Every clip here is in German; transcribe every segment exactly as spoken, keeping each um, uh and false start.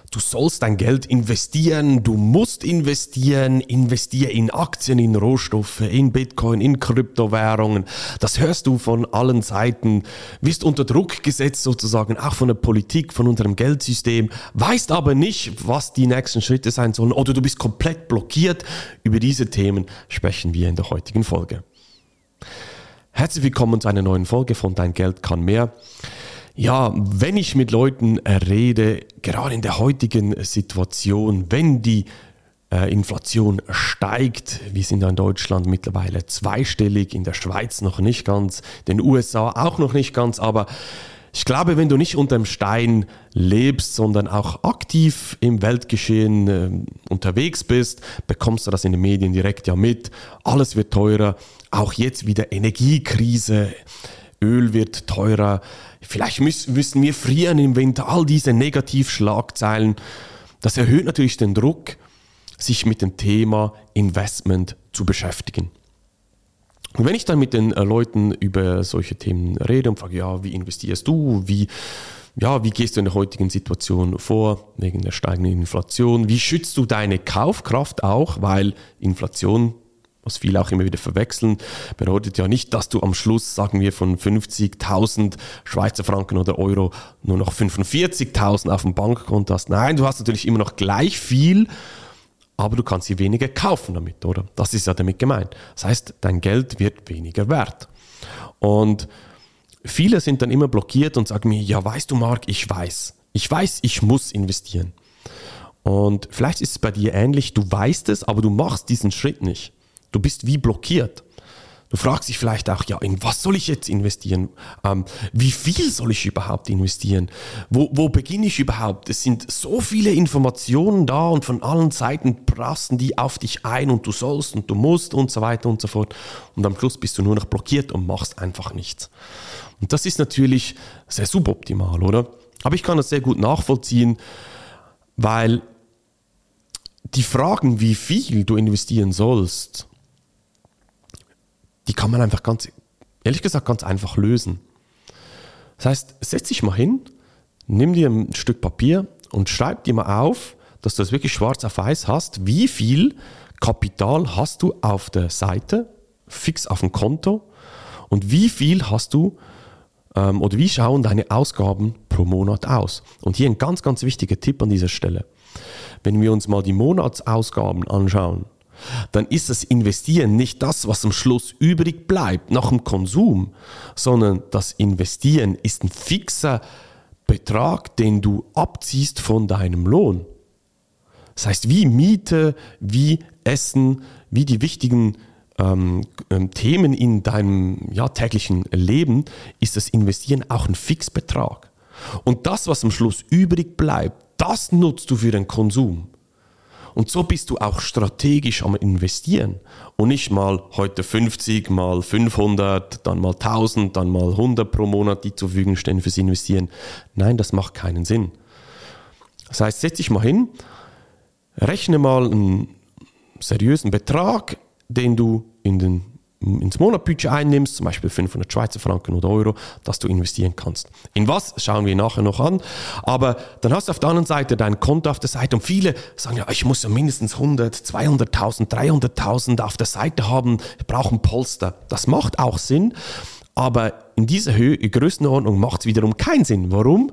du sollst dein Geld investieren, du musst investieren, investiere in Aktien, in Rohstoffe, in Bitcoin, in Kryptowährungen. Das hörst du von allen Seiten, wirst unter Druck gesetzt sozusagen, auch von der Politik, von unserem Geldsystem, weißt aber nicht, was die nächsten Schritte sein sollen oder du bist komplett blockiert. Über diese Themen sprechen wir in der heutigen Folge. Herzlich willkommen zu einer neuen Folge von Dein Geld kann mehr. Ja, wenn ich mit Leuten rede, gerade in der heutigen Situation, wenn die äh, Inflation steigt, wir sind in Deutschland mittlerweile zweistellig, in der Schweiz noch nicht ganz, in den U S A auch noch nicht ganz, aber ich glaube, wenn du nicht unterm Stein lebst, sondern auch aktiv im Weltgeschehen äh, unterwegs bist, bekommst du das in den Medien direkt ja mit. Alles wird teurer, auch jetzt wieder Energiekrise, Öl wird teurer, vielleicht müssen, müssen wir frieren im Winter, all diese Negativschlagzeilen. Das erhöht natürlich den Druck, sich mit dem Thema Investment zu beschäftigen. Und wenn ich dann mit den Leuten über solche Themen rede und frage, ja, wie investierst du, wie, ja, wie gehst du in der heutigen Situation vor, wegen der steigenden Inflation, wie schützt du deine Kaufkraft auch, weil Inflation, was viele auch immer wieder verwechseln, bedeutet ja nicht, dass du am Schluss, sagen wir, von fünfzigtausend Schweizer Franken oder Euro nur noch fünfundvierzigtausend auf dem Bankkonto hast. Nein, du hast natürlich immer noch gleich viel, aber du kannst sie weniger kaufen damit, oder? Das ist ja damit gemeint. Das heißt, dein Geld wird weniger wert. Und viele sind dann immer blockiert und sagen mir, ja, weißt du, Marc, ich weiß. Ich weiß, ich muss investieren. Und vielleicht ist es bei dir ähnlich, du weißt es, aber du machst diesen Schritt nicht. Du bist wie blockiert. Du fragst dich vielleicht auch, ja, in was soll ich jetzt investieren? Ähm, wie viel soll ich überhaupt investieren? Wo, wo beginne ich überhaupt? Es sind so viele Informationen da und von allen Seiten prassen die auf dich ein und du sollst und du musst und so weiter und so fort. Und am Schluss bist du nur noch blockiert und machst einfach nichts. Und das ist natürlich sehr suboptimal, oder? Aber ich kann das sehr gut nachvollziehen, weil die Fragen, wie viel du investieren sollst, die kann man einfach ganz, ehrlich gesagt, ganz einfach lösen. Das heißt, setz dich mal hin, nimm dir ein Stück Papier und schreib dir mal auf, dass du das wirklich schwarz auf weiß hast, wie viel Kapital hast du auf der Seite, fix auf dem Konto und wie viel hast du ähm, oder wie schauen deine Ausgaben pro Monat aus. Und hier ein ganz, ganz wichtiger Tipp an dieser Stelle. Wenn wir uns mal die Monatsausgaben anschauen, dann ist das Investieren nicht das, was am Schluss übrig bleibt nach dem Konsum, sondern das Investieren ist ein fixer Betrag, den du abziehst von deinem Lohn. Das heißt, wie Miete, wie Essen, wie die wichtigen ähm, Themen in deinem ja, täglichen Leben, ist das Investieren auch ein Fixbetrag. Und das, was am Schluss übrig bleibt, das nutzt du für den Konsum. Und so bist du auch strategisch am Investieren und nicht mal heute fünfzig, mal fünfhundert, dann mal tausend, dann mal hundert pro Monat, die zur Verfügung stehen fürs Investieren. Nein, das macht keinen Sinn. Das heißt, setz dich mal hin, rechne mal einen seriösen Betrag, den du in den ins Monatbudget einnimmst, zum Beispiel fünfhundert Schweizer Franken oder Euro, dass du investieren kannst. In was, schauen wir nachher noch an. Aber dann hast du auf der anderen Seite dein Konto auf der Seite und viele sagen, ja, ich muss ja mindestens hundert, zweihunderttausend, dreihunderttausend auf der Seite haben, ich brauche ein Polster. Das macht auch Sinn, aber in dieser Höhe, Größenordnung macht es wiederum keinen Sinn. Warum?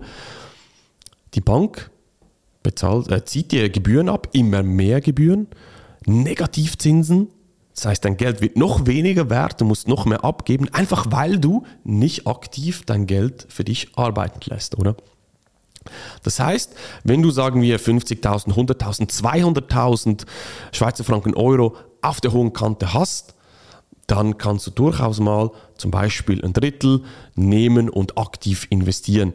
Die Bank bezahlt, äh, zieht dir Gebühren ab, immer mehr Gebühren, Negativzinsen. Das heißt, dein Geld wird noch weniger wert, du musst noch mehr abgeben, einfach weil du nicht aktiv dein Geld für dich arbeiten lässt, oder? Das heißt, wenn du, sagen wir, fünfzigtausend, hunderttausend, zweihunderttausend Schweizer Franken Euro auf der hohen Kante hast, dann kannst du durchaus mal zum Beispiel ein Drittel nehmen und aktiv investieren.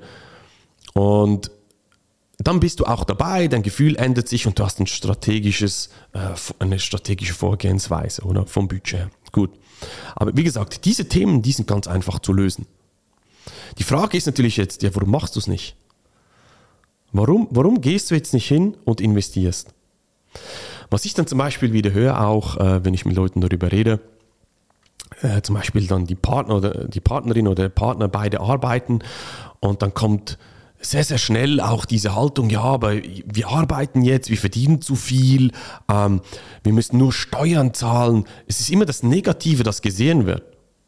Und dann bist du auch dabei, dein Gefühl ändert sich und du hast ein strategisches, äh, eine strategische Vorgehensweise, oder? Vom Budget her. Gut. Aber wie gesagt, diese Themen, die sind ganz einfach zu lösen. Die Frage ist natürlich jetzt, ja, warum machst du es nicht? Warum, warum gehst du jetzt nicht hin und investierst? Was ich dann zum Beispiel wieder höre, auch äh, wenn ich mit Leuten darüber rede, äh, zum Beispiel dann die Partner oder die Partnerin oder der Partner beide arbeiten und dann kommt sehr, sehr schnell auch diese Haltung, ja, aber wir arbeiten jetzt, wir verdienen zu viel, ähm, wir müssen nur Steuern zahlen. Es ist immer das Negative, das gesehen wird.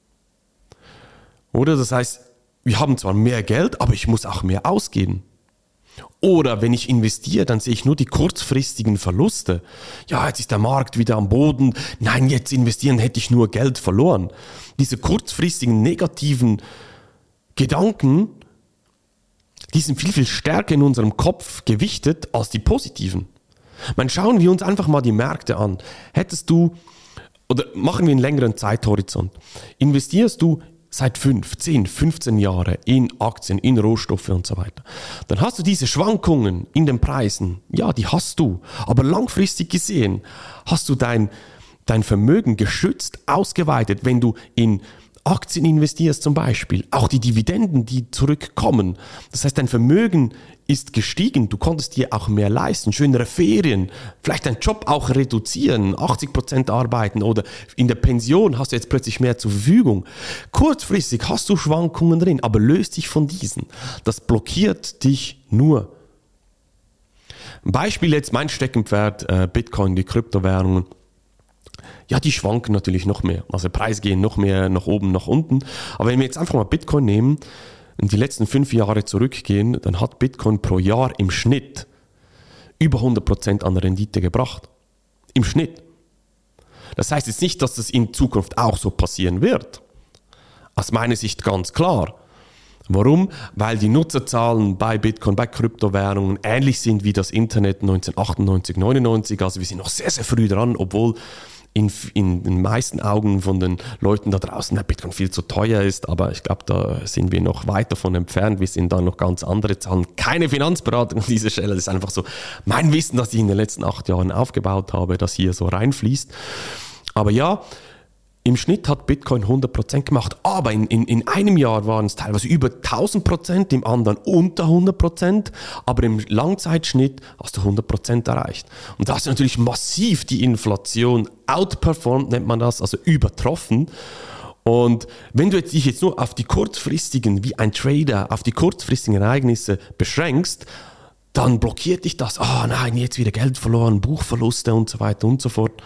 Oder das heißt, wir haben zwar mehr Geld, aber ich muss auch mehr ausgeben. Oder wenn ich investiere, dann sehe ich nur die kurzfristigen Verluste. Ja, jetzt ist der Markt wieder am Boden. Nein, jetzt investieren, hätte ich nur Geld verloren. Diese kurzfristigen negativen Gedanken, die sind viel, viel stärker in unserem Kopf gewichtet als die positiven. Man, schauen wir uns einfach mal die Märkte an. Hättest du, oder machen wir einen längeren Zeithorizont, investierst du seit fünf, zehn, fünfzehn Jahren in Aktien, in Rohstoffe und so weiter, dann hast du diese Schwankungen in den Preisen, ja, die hast du, aber langfristig gesehen hast du dein, dein Vermögen geschützt, ausgeweitet, wenn du in Aktien investierst zum Beispiel, auch die Dividenden, die zurückkommen. Das heißt, dein Vermögen ist gestiegen, du konntest dir auch mehr leisten, schönere Ferien, vielleicht deinen Job auch reduzieren, achtzig Prozent arbeiten oder in der Pension hast du jetzt plötzlich mehr zur Verfügung. Kurzfristig hast du Schwankungen drin, aber löst dich von diesen. Das blockiert dich nur. Ein Beispiel jetzt, mein Steckenpferd, äh, Bitcoin, die Kryptowährungen. Ja, die schwanken natürlich noch mehr. Also Preise gehen noch mehr nach oben, nach unten. Aber wenn wir jetzt einfach mal Bitcoin nehmen und die letzten fünf Jahre zurückgehen, dann hat Bitcoin pro Jahr im Schnitt über hundert Prozent an Rendite gebracht. Im Schnitt. Das heißt jetzt nicht, dass das in Zukunft auch so passieren wird. Aus meiner Sicht ganz klar. Warum? Weil die Nutzerzahlen bei Bitcoin, bei Kryptowährungen ähnlich sind wie das Internet neunzehnhundertachtundneunzig, neunundneunzig. Also wir sind noch sehr, sehr früh dran, obwohl in, in den meisten Augen von den Leuten da draußen der Bitcoin viel zu teuer ist. Aber ich glaube, da sind wir noch weit davon entfernt. Wir sind da noch ganz andere Zahlen. Keine Finanzberatung an dieser Stelle. Das ist einfach so mein Wissen, das ich in den letzten acht Jahren aufgebaut habe, das hier so reinfließt. Aber ja, im Schnitt hat Bitcoin hundert Prozent gemacht, aber in, in, in einem Jahr waren es teilweise über tausend Prozent, im anderen unter hundert Prozent, aber im Langzeitschnitt hast du hundert Prozent erreicht. Und da hast du natürlich massiv die Inflation outperformed, nennt man das, also übertroffen. Und wenn du dich jetzt nur auf die kurzfristigen, wie ein Trader, auf die kurzfristigen Ereignisse beschränkst, dann blockiert dich das. Ah, oh nein, jetzt wieder Geld verloren, Buchverluste und so weiter und so fort.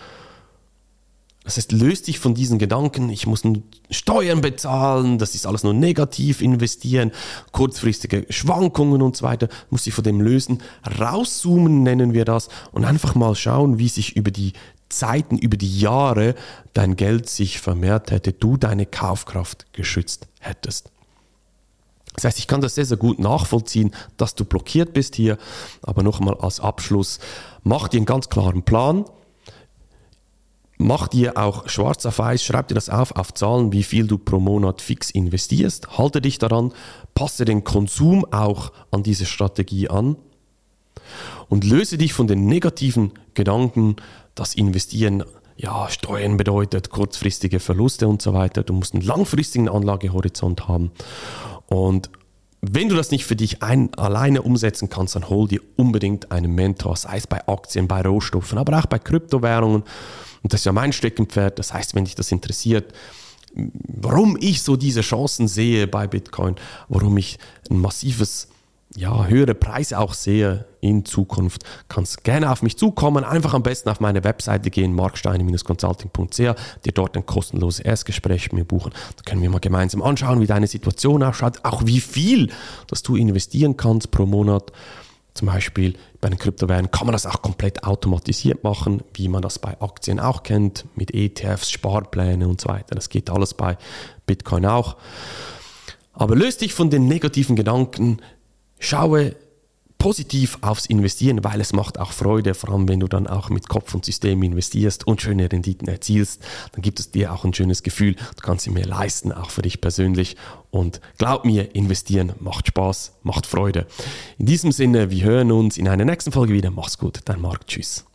Das heißt, löst dich von diesen Gedanken, ich muss Steuern bezahlen, das ist alles nur negativ, investieren, kurzfristige Schwankungen und so weiter, muss dich von dem lösen, rauszoomen nennen wir das und einfach mal schauen, wie sich über die Zeiten, über die Jahre dein Geld sich vermehrt hätte, du deine Kaufkraft geschützt hättest. Das heißt, ich kann das sehr, sehr gut nachvollziehen, dass du blockiert bist hier, aber nochmal als Abschluss, mach dir einen ganz klaren Plan. Mach dir auch schwarz auf weiß, schreib dir das auf, auf Zahlen, wie viel du pro Monat fix investierst. Halte dich daran, passe den Konsum auch an diese Strategie an und löse dich von den negativen Gedanken, dass Investieren ja Steuern bedeutet, kurzfristige Verluste und so weiter. Du musst einen langfristigen Anlagehorizont haben. Und wenn du das nicht für dich ein, alleine umsetzen kannst, dann hol dir unbedingt einen Mentor, sei es bei Aktien, bei Rohstoffen, aber auch bei Kryptowährungen. Und das ist ja mein Steckenpferd. Das heißt, wenn dich das interessiert, warum ich so diese Chancen sehe bei Bitcoin, warum ich ein massives, ja, höhere Preise auch sehe in Zukunft, kannst gerne auf mich zukommen. Einfach am besten auf meine Webseite gehen, marksteiner Bindestrich consulting punkt c h, dir dort ein kostenloses Erstgespräch mit mir buchen. Da können wir mal gemeinsam anschauen, wie deine Situation ausschaut, auch wie viel, dass du investieren kannst pro Monat. Zum Beispiel bei den Kryptowährungen kann man das auch komplett automatisiert machen, wie man das bei Aktien auch kennt, mit E T Fs, Sparpläne und so weiter. Das geht alles bei Bitcoin auch. Aber löst dich von den negativen Gedanken, schaue positiv aufs Investieren, weil es macht auch Freude, vor allem wenn du dann auch mit Kopf und System investierst und schöne Renditen erzielst, dann gibt es dir auch ein schönes Gefühl, du kannst dir mehr leisten, auch für dich persönlich und glaub mir, investieren macht Spaß, macht Freude. In diesem Sinne, wir hören uns in einer nächsten Folge wieder, mach's gut, dein Marc, tschüss.